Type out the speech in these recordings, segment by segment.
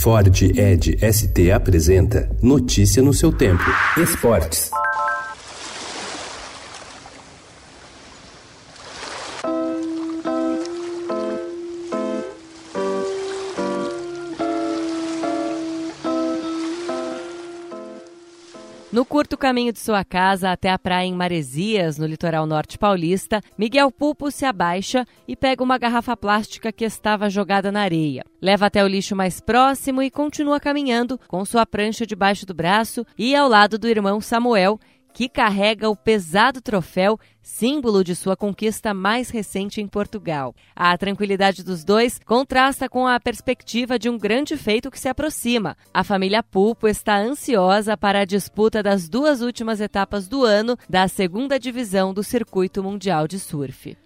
Ford Edge ST apresenta Notícia no seu tempo. Esportes. No curto caminho de sua casa até a praia em Maresias, no litoral norte paulista, Miguel Pupo se abaixa e pega uma garrafa plástica que estava jogada na areia. Leva até o lixo mais próximo e continua caminhando com sua prancha debaixo do braço e ao lado do irmão Samuel, que carrega o pesado troféu, símbolo de sua conquista mais recente em Portugal. A tranquilidade dos dois contrasta com a perspectiva de um grande feito que se aproxima. A família Pupo está ansiosa para a disputa das duas últimas etapas do ano da segunda divisão do Circuito Mundial de Surf.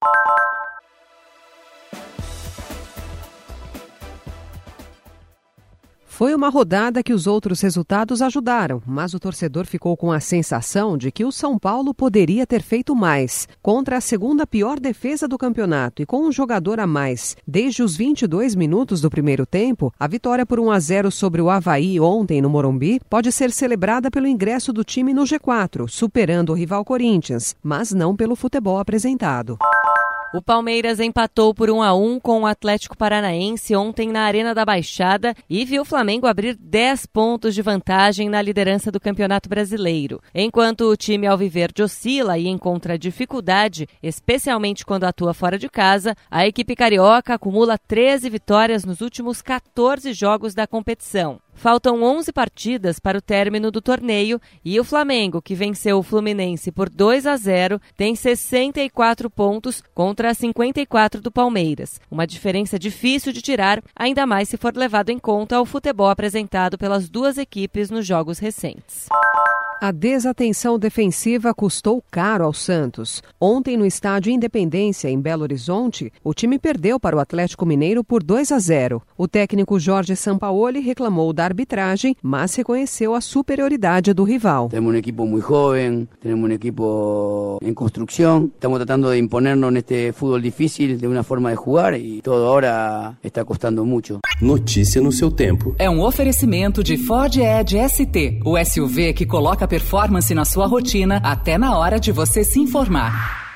Foi uma rodada que os outros resultados ajudaram, mas o torcedor ficou com a sensação de que o São Paulo poderia ter feito mais. Contra a segunda pior defesa do campeonato e com um jogador a mais desde os 22 minutos do primeiro tempo, a vitória por 1-0 sobre o Avaí ontem no Morumbi pode ser celebrada pelo ingresso do time no G4, superando o rival Corinthians, mas não pelo futebol apresentado. O Palmeiras empatou por 1-1 com o Atlético Paranaense ontem na Arena da Baixada e viu o Flamengo abrir 10 pontos de vantagem na liderança do Campeonato Brasileiro. Enquanto o time alviverde oscila e encontra dificuldade, especialmente quando atua fora de casa, a equipe carioca acumula 13 vitórias nos últimos 14 jogos da competição. Faltam 11 partidas para o término do torneio e o Flamengo, que venceu o Fluminense por 2-0, tem 64 pontos contra 54 do Palmeiras. Uma diferença difícil de tirar, ainda mais se for levado em conta o futebol apresentado pelas duas equipes nos jogos recentes. A desatenção defensiva custou caro ao Santos. Ontem, no estádio Independência, em Belo Horizonte, o time perdeu para o Atlético Mineiro por 2-0. O técnico Jorge Sampaoli reclamou da arbitragem, mas reconheceu a superioridade do rival. Temos um equipo muito jovem, temos um equipo em construção. Estamos tratando de imponernos neste futebol difícil de uma forma de jogar e todo agora está custando muito. Notícia no seu tempo. É um oferecimento de Ford Edge ST, o SUV que coloca performance na sua rotina até na hora de você se informar.